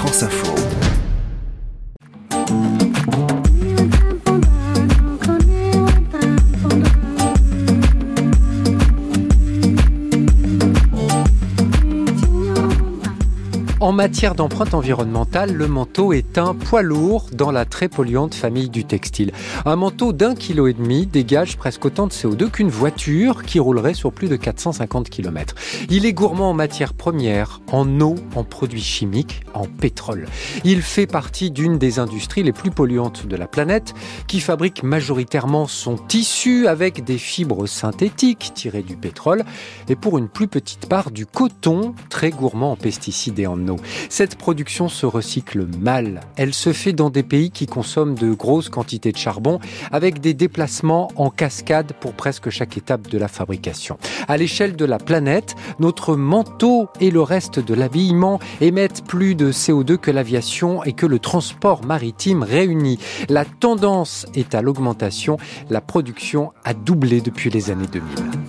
France Info. En matière d'empreinte environnementale, le manteau est un poids lourd dans la très polluante famille du textile. Un manteau d'1,5 kg dégage presque autant de CO2 qu'une voiture qui roulerait sur plus de 450 km. Il est gourmand en matières premières, en eau, en produits chimiques, en pétrole. Il fait partie d'une des industries les plus polluantes de la planète, qui fabrique majoritairement son tissu avec des fibres synthétiques tirées du pétrole et pour une plus petite part du coton, très gourmand en pesticides et en eau. Cette production se recycle mal. Elle se fait dans des pays qui consomment de grosses quantités de charbon avec des déplacements en cascade pour presque chaque étape de la fabrication. À l'échelle de la planète, notre manteau et le reste de l'habillement émettent plus de CO2 que l'aviation et que le transport maritime réunis. La tendance est à l'augmentation. La production a doublé depuis les années 2000.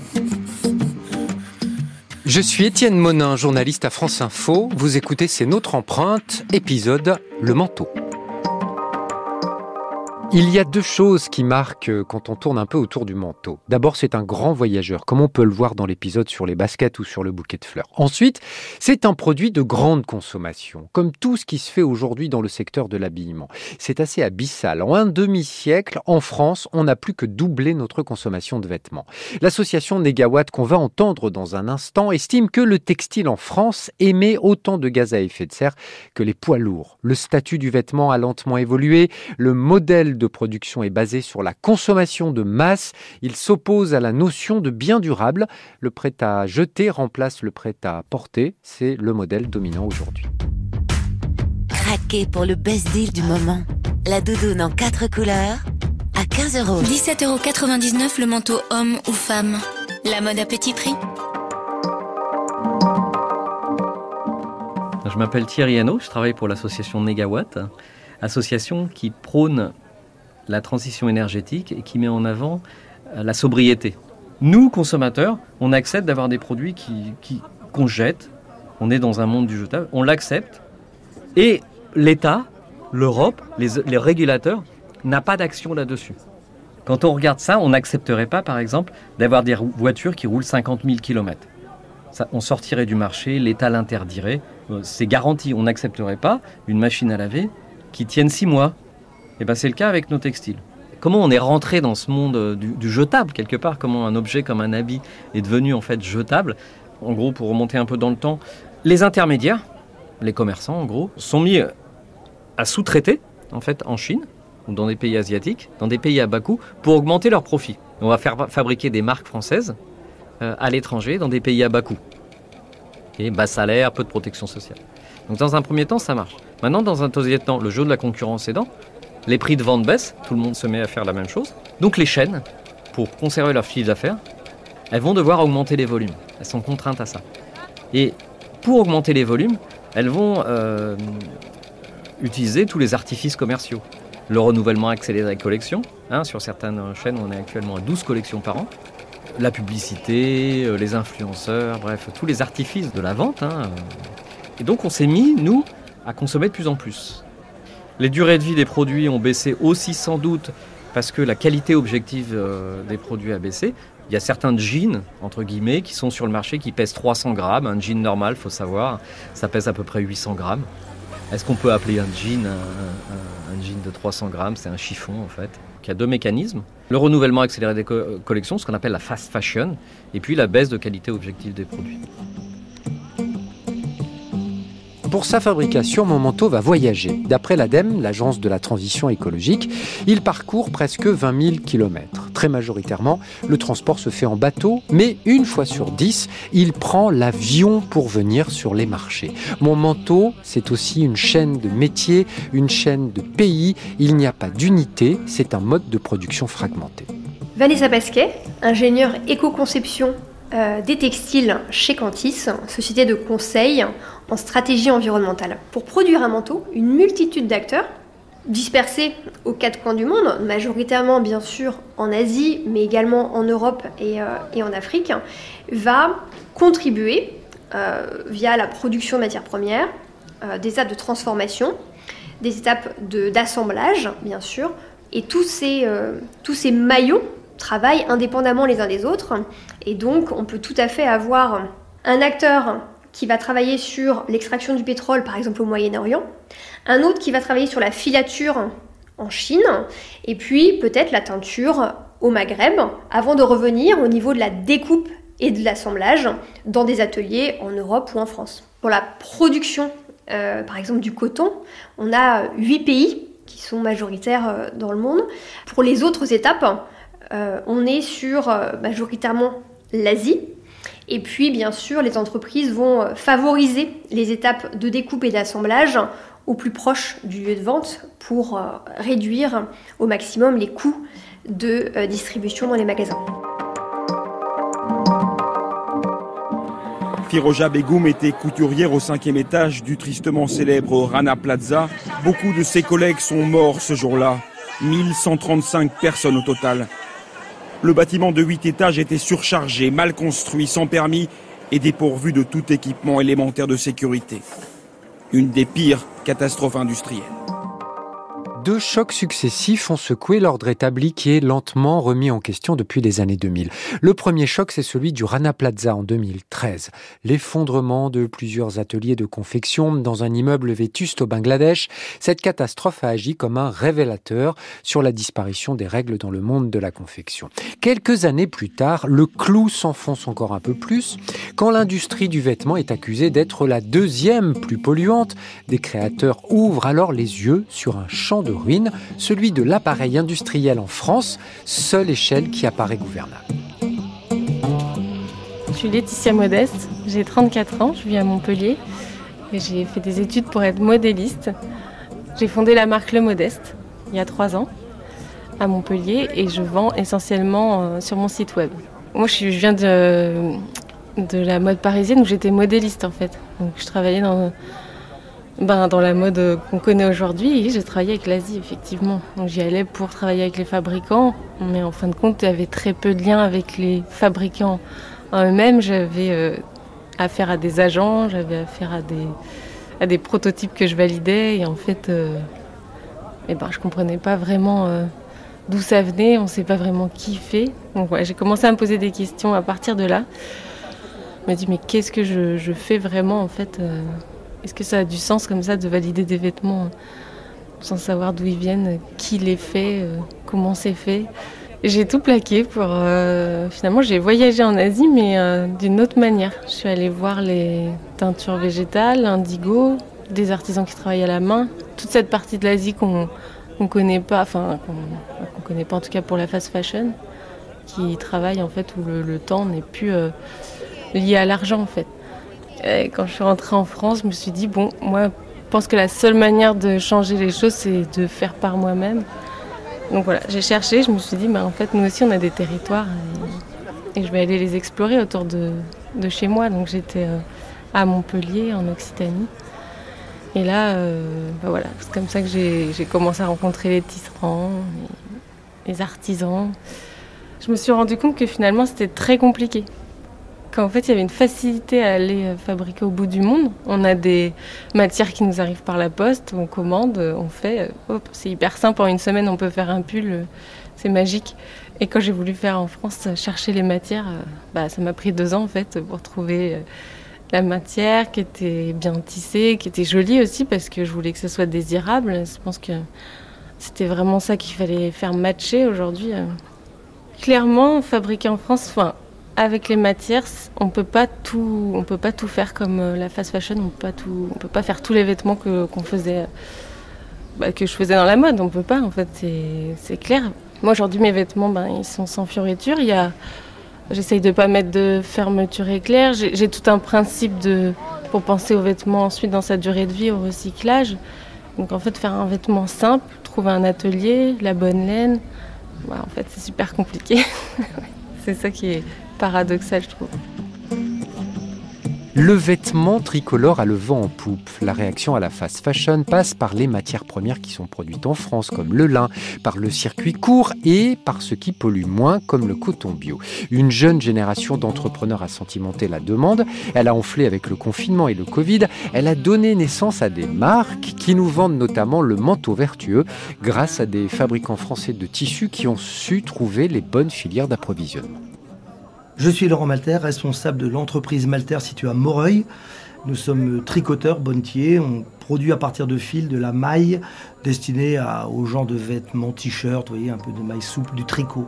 Je suis Étienne Monin, journaliste à France Info. Vous écoutez C'est notre empreinte, épisode Le manteau. Il y a deux choses qui marquent quand on tourne un peu autour du manteau. D'abord, c'est un grand voyageur, comme on peut le voir dans l'épisode sur les baskets ou sur le bouquet de fleurs. Ensuite, c'est un produit de grande consommation, comme tout ce qui se fait aujourd'hui dans le secteur de l'habillement. C'est assez abyssal. En un demi-siècle, en France, on n'a plus que doublé notre consommation de vêtements. L'association Negawatt, qu'on va entendre dans un instant, estime que le textile en France émet autant de gaz à effet de serre que les poids lourds. Le statut du vêtement a lentement évolué, le modèle de production est basé sur la consommation de masse. Il s'oppose à la notion de bien durable. Le prêt-à-jeter remplace le prêt-à-porter. C'est le modèle dominant aujourd'hui. Craquez pour le best deal du moment. La doudoune en 4 couleurs à 15 €. 17,99 € le manteau homme ou femme. La mode à petit prix. Je m'appelle Thierry Hainaut, je travaille pour l'association Negawatt, association qui prône la transition énergétique et qui met en avant la sobriété. Nous, consommateurs, on accepte d'avoir des produits qu'on jette. On est dans un monde du jetable, on l'accepte. Et l'État, l'Europe, les régulateurs n'a pas d'action là-dessus. Quand on regarde ça, on n'accepterait pas, par exemple, d'avoir des voitures qui roulent 50 000 km. Ça, on sortirait du marché, l'État l'interdirait. C'est garanti, on n'accepterait pas une machine à laver qui tienne 6 mois. Et ben c'est le cas avec nos textiles. Comment on est rentré dans ce monde du jetable quelque part? Comment un objet comme un habit est devenu en fait jetable? En gros, pour remonter un peu dans le temps, les intermédiaires, les commerçants en gros, sont mis à sous-traiter en fait en Chine ou dans des pays asiatiques, dans des pays à bas coût, pour augmenter leurs profits. On va faire fabriquer des marques françaises à l'étranger dans des pays à bas coût. Et bas salaire, peu de protection sociale. Donc dans un premier temps, ça marche. Maintenant, dans un deuxième temps, le jeu de la concurrence aidant, les prix de vente baissent, tout le monde se met à faire la même chose. Donc les chaînes, pour conserver leur chiffre d'affaires, elles vont devoir augmenter les volumes. Elles sont contraintes à ça. Et pour augmenter les volumes, elles vont utiliser tous les artifices commerciaux. Le renouvellement accéléré des collections. Sur certaines chaînes, on est actuellement à 12 collections par an. La publicité, les influenceurs, bref, tous les artifices de la vente. Et donc on s'est mis, nous, à consommer de plus en plus. Les durées de vie des produits ont baissé aussi sans doute parce que la qualité objective des produits a baissé. Il y a certains jeans, entre guillemets, qui sont sur le marché qui pèsent 300 grammes. Un jean normal, il faut savoir, ça pèse à peu près 800 grammes. Est-ce qu'on peut appeler un jean un jean de 300 grammes? C'est un chiffon en fait. Il y a deux mécanismes. Le renouvellement accéléré des collections, ce qu'on appelle la fast fashion, et puis la baisse de qualité objective des produits. Pour sa fabrication, mon manteau va voyager. D'après l'ADEME, l'agence de la transition écologique, il parcourt presque 20 000 km. Très majoritairement, le transport se fait en bateau, mais une fois sur 10, il prend l'avion pour venir sur les marchés. Mon manteau, c'est aussi une chaîne de métiers, une chaîne de pays. Il n'y a pas d'unité, c'est un mode de production fragmenté. Vanessa Basquet, ingénieure éco-conception des textiles chez Cantis, société de conseil en stratégie environnementale. Pour produire un manteau, une multitude d'acteurs, dispersés aux 4 coins du monde, majoritairement bien sûr en Asie, mais également en Europe et en Afrique, va contribuer via la production de matières premières, des étapes de transformation, des étapes d'assemblage, bien sûr, et tous ces maillons travaillent indépendamment les uns des autres, et donc on peut tout à fait avoir un acteur qui va travailler sur l'extraction du pétrole, par exemple au Moyen-Orient, un autre qui va travailler sur la filature en Chine, et puis peut-être la teinture au Maghreb, avant de revenir au niveau de la découpe et de l'assemblage dans des ateliers en Europe ou en France. Pour la production, par exemple du coton, on a 8 pays qui sont majoritaires dans le monde. Pour les autres étapes, on est sur majoritairement l'Asie. Et puis, bien sûr, les entreprises vont favoriser les étapes de découpe et d'assemblage au plus proche du lieu de vente pour réduire au maximum les coûts de distribution dans les magasins. Firoja Begum était couturière au 5e étage du tristement célèbre Rana Plaza. Beaucoup de ses collègues sont morts ce jour-là. 1135 personnes au total. Le bâtiment de 8 étages était surchargé, mal construit, sans permis et dépourvu de tout équipement élémentaire de sécurité. Une des pires catastrophes industrielles. 2 chocs successifs ont secoué l'ordre établi qui est lentement remis en question depuis les années 2000. Le premier choc, c'est celui du Rana Plaza en 2013. L'effondrement de plusieurs ateliers de confection dans un immeuble vétuste au Bangladesh. Cette catastrophe a agi comme un révélateur sur la disparition des règles dans le monde de la confection. Quelques années plus tard, le clou s'enfonce encore un peu plus quand l'industrie du vêtement est accusée d'être la 2e plus polluante. Des créateurs ouvrent alors les yeux sur un champ de ruines, celui de l'appareil industriel en France, seule échelle qui apparaît gouvernable. Je suis Laetitia Modeste, j'ai 34 ans, je vis à Montpellier et j'ai fait des études pour être modéliste. J'ai fondé la marque Le Modeste il y a 3 ans à Montpellier et je vends essentiellement sur mon site web. Moi je viens de la mode parisienne où j'étais modéliste en fait. Donc je travaillais dans la mode qu'on connaît aujourd'hui, j'ai travaillé avec l'Asie, effectivement. Donc j'y allais pour travailler avec les fabricants, mais en fin de compte, il y avait très peu de liens avec les fabricants en eux-mêmes. J'avais affaire à des agents, j'avais affaire à des prototypes que je validais, et en fait, je comprenais pas vraiment d'où ça venait, on sait pas vraiment qui fait. Donc ouais, j'ai commencé à me poser des questions à partir de là. Je me dis, mais qu'est-ce que je fais vraiment, en fait Est-ce que ça a du sens comme ça de valider des vêtements sans savoir d'où ils viennent, qui les fait, comment c'est fait? J'ai tout plaqué pour... finalement, j'ai voyagé en Asie, mais d'une autre manière. Je suis allée voir les teintures végétales, l'indigo, des artisans qui travaillent à la main. Toute cette partie de l'Asie qu'on connaît pas, qu'on connaît pas en tout cas pour la fast fashion, qui travaille en fait où le temps n'est plus lié à l'argent en fait. Et quand je suis rentrée en France, je me suis dit, moi, je pense que la seule manière de changer les choses, c'est de faire par moi-même. Donc voilà, j'ai cherché, je me suis dit, en fait, nous aussi, on a des territoires et je vais aller les explorer autour de chez moi. Donc j'étais à Montpellier, en Occitanie. Et là, c'est comme ça que j'ai commencé à rencontrer les tisserands, les artisans. Je me suis rendu compte que finalement, c'était très compliqué. Qu'en fait, il y avait une facilité à aller fabriquer au bout du monde. On a des matières qui nous arrivent par la poste, on commande, on fait, c'est hyper simple, en une semaine on peut faire un pull, c'est magique. Et quand j'ai voulu faire en France, chercher les matières, ça m'a pris 2 ans en fait pour trouver la matière qui était bien tissée, qui était jolie aussi parce que je voulais que ce soit désirable. Je pense que c'était vraiment ça qu'il fallait faire matcher aujourd'hui. Clairement, fabriquer en France, avec les matières, on peut pas tout faire comme la fast fashion. On peut pas faire tous les vêtements que je faisais dans la mode. On peut pas, en fait, c'est clair. Moi aujourd'hui, mes vêtements, ils sont sans fioriture. J'essaye de pas mettre de fermeture éclair. J'ai tout un principe pour penser aux vêtements ensuite dans sa durée de vie, au recyclage. Donc en fait, faire un vêtement simple, trouver un atelier, la bonne laine, en fait, c'est super compliqué. C'est ça qui est paradoxal, je trouve. Le vêtement tricolore a le vent en poupe. La réaction à la fast fashion passe par les matières premières qui sont produites en France, comme le lin, par le circuit court et par ce qui pollue moins, comme le coton bio. Une jeune génération d'entrepreneurs a sentimenté la demande. Elle a enflé avec le confinement et le Covid. Elle a donné naissance à des marques qui nous vendent notamment le manteau vertueux grâce à des fabricants français de tissus qui ont su trouver les bonnes filières d'approvisionnement. Je suis Laurent Malter, responsable de l'entreprise Malter située à Moreuil. Nous sommes tricoteurs, bonnetiers. On produit à partir de fil de la maille destinée aux genres de vêtements, t-shirts, vous voyez, un peu de maille souple, du tricot.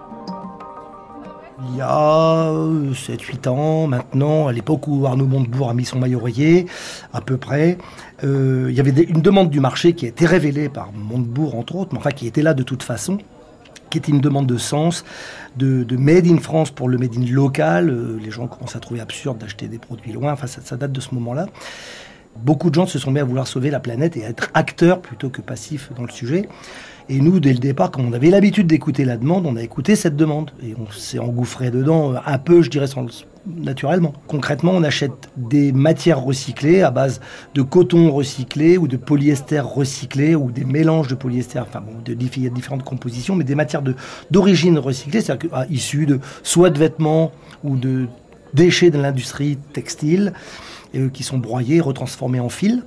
Il y a 7-8 ans maintenant, à l'époque où Arnaud Montebourg a mis son maillot rayé, à peu près, il y avait une demande du marché qui a été révélée par Montebourg entre autres, mais enfin qui était là de toute façon, qui était une demande de sens, de made in France pour le made in local. Les gens commencent à trouver absurde d'acheter des produits loin, enfin ça date de ce moment-là. Beaucoup de gens se sont mis à vouloir sauver la planète et à être acteurs plutôt que passifs dans le sujet. Et nous, dès le départ, comme on avait l'habitude d'écouter la demande, on a écouté cette demande. Et on s'est engouffré dedans un peu, je dirais, naturellement. Concrètement, on achète des matières recyclées à base de coton recyclé ou de polyester recyclé ou des mélanges de polyester, enfin bon, il y a différentes compositions, mais des matières d'origine recyclée, c'est-à-dire issues soit de vêtements ou de déchets de l'industrie textile, qui sont broyés, retransformés en fil.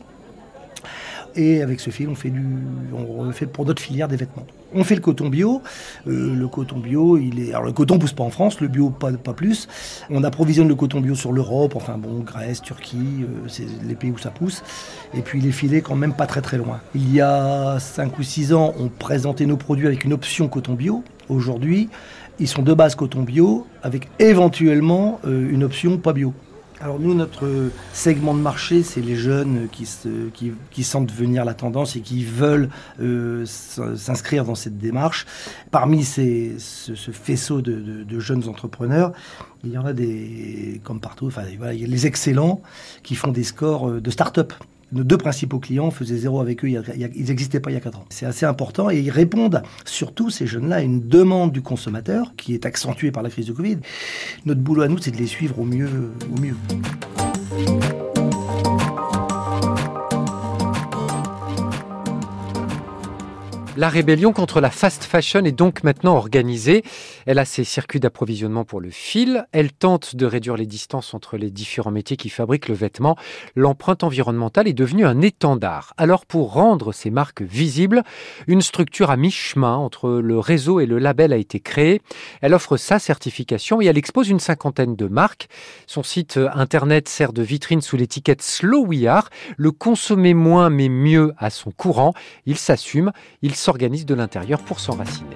Et avec ce fil, on fait pour d'autres filières des vêtements. On fait le coton bio. Le coton bio, alors le coton pousse pas en France, le bio pas plus. On approvisionne le coton bio sur l'Europe, enfin bon, Grèce, Turquie, c'est les pays où ça pousse. Et puis les filets quand même pas très très loin. Il y a 5 ou 6 ans, on présentait nos produits avec une option coton bio. Aujourd'hui, ils sont de base coton bio, avec éventuellement une option pas bio. Alors nous, notre segment de marché, c'est les jeunes qui sentent venir la tendance et qui veulent s'inscrire dans cette démarche. Parmi ce faisceau de jeunes entrepreneurs, il y en a comme partout, enfin, voilà, il y a les excellents qui font des scores de start-up. Nos 2 principaux clients faisaient 0 avec eux, ils n'existaient pas il y a 4 ans. C'est assez important et ils répondent, surtout ces jeunes-là, à une demande du consommateur qui est accentuée par la crise du Covid. Notre boulot à nous, c'est de les suivre au mieux. La rébellion contre la fast fashion est donc maintenant organisée. Elle a ses circuits d'approvisionnement pour le fil. Elle tente de réduire les distances entre les différents métiers qui fabriquent le vêtement. L'empreinte environnementale est devenue un étendard. Alors pour rendre ces marques visibles, une structure à mi-chemin entre le réseau et le label a été créée. Elle offre sa certification et elle expose une 50aine de marques. Son site internet sert de vitrine sous l'étiquette Slow We Are. Le consommer moins mais mieux à son courant. Il s'assume, il s'organise de l'intérieur pour s'enraciner.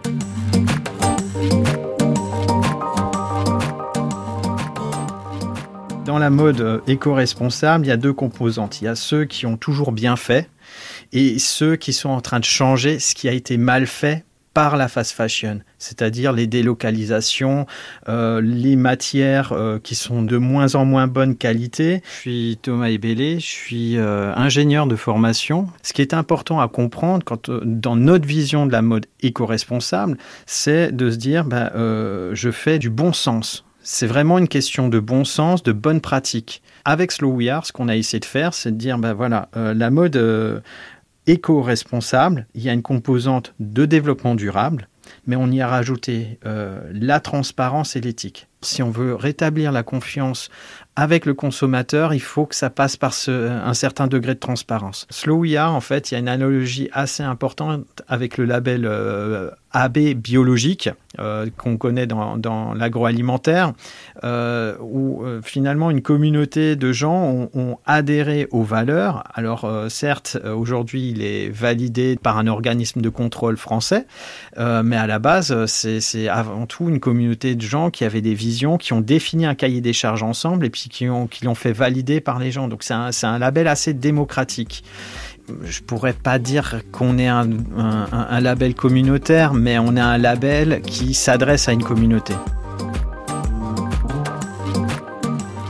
Dans la mode éco-responsable, il y a 2 composantes. Il y a ceux qui ont toujours bien fait et ceux qui sont en train de changer ce qui a été mal fait par la fast fashion, c'est-à-dire les délocalisations, les matières qui sont de moins en moins bonne qualité. Je suis Thomas Ebélé, je suis ingénieur de formation. Ce qui est important à comprendre dans notre vision de la mode éco-responsable, c'est de se dire je fais du bon sens. C'est vraiment une question de bon sens, de bonne pratique. Avec Slow We Are, ce qu'on a essayé de faire, c'est de dire la mode éco-responsable, il y a une composante de développement durable, mais on y a rajouté la transparence et l'éthique. Si on veut rétablir la confiance avec le consommateur, il faut que ça passe par un certain degré de transparence. Slow We Are, en fait, il y a une analogie assez importante avec le label AB biologique qu'on connaît dans l'agroalimentaire, où finalement une communauté de gens ont adhéré aux valeurs. Alors certes, aujourd'hui, il est validé par un organisme de contrôle français, mais à la base, c'est avant tout une communauté de gens qui avaient des visions, qui ont défini un cahier des charges ensemble et puis qui l'ont fait valider par les gens. Donc c'est un label assez démocratique. Je pourrais pas dire qu'on est un label communautaire, mais on est un label qui s'adresse à une communauté.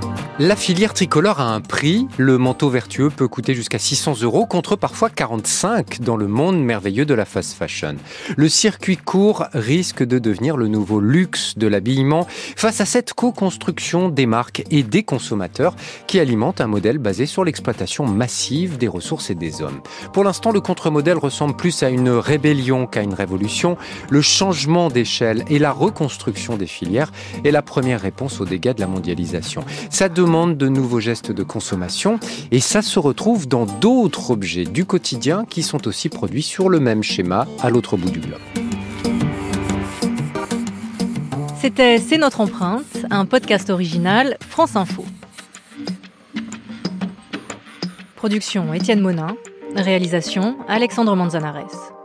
La filière tricolore a un prix. Le manteau vertueux peut coûter jusqu'à 600 € contre parfois 45 dans le monde merveilleux de la fast fashion. Le circuit court risque de devenir le nouveau luxe de l'habillement face à cette co-construction des marques et des consommateurs qui alimente un modèle basé sur l'exploitation massive des ressources et des hommes. Pour l'instant, le contre-modèle ressemble plus à une rébellion qu'à une révolution. Le changement d'échelle et la reconstruction des filières est la première réponse aux dégâts de la mondialisation. Ça demande de nouveaux gestes de consommation et ça se retrouve dans d'autres objets du quotidien qui sont aussi produits sur le même schéma à l'autre bout du globe. C'était C'est notre empreinte, un podcast original France Info. Production Étienne Monin, réalisation Alexandre Manzanares.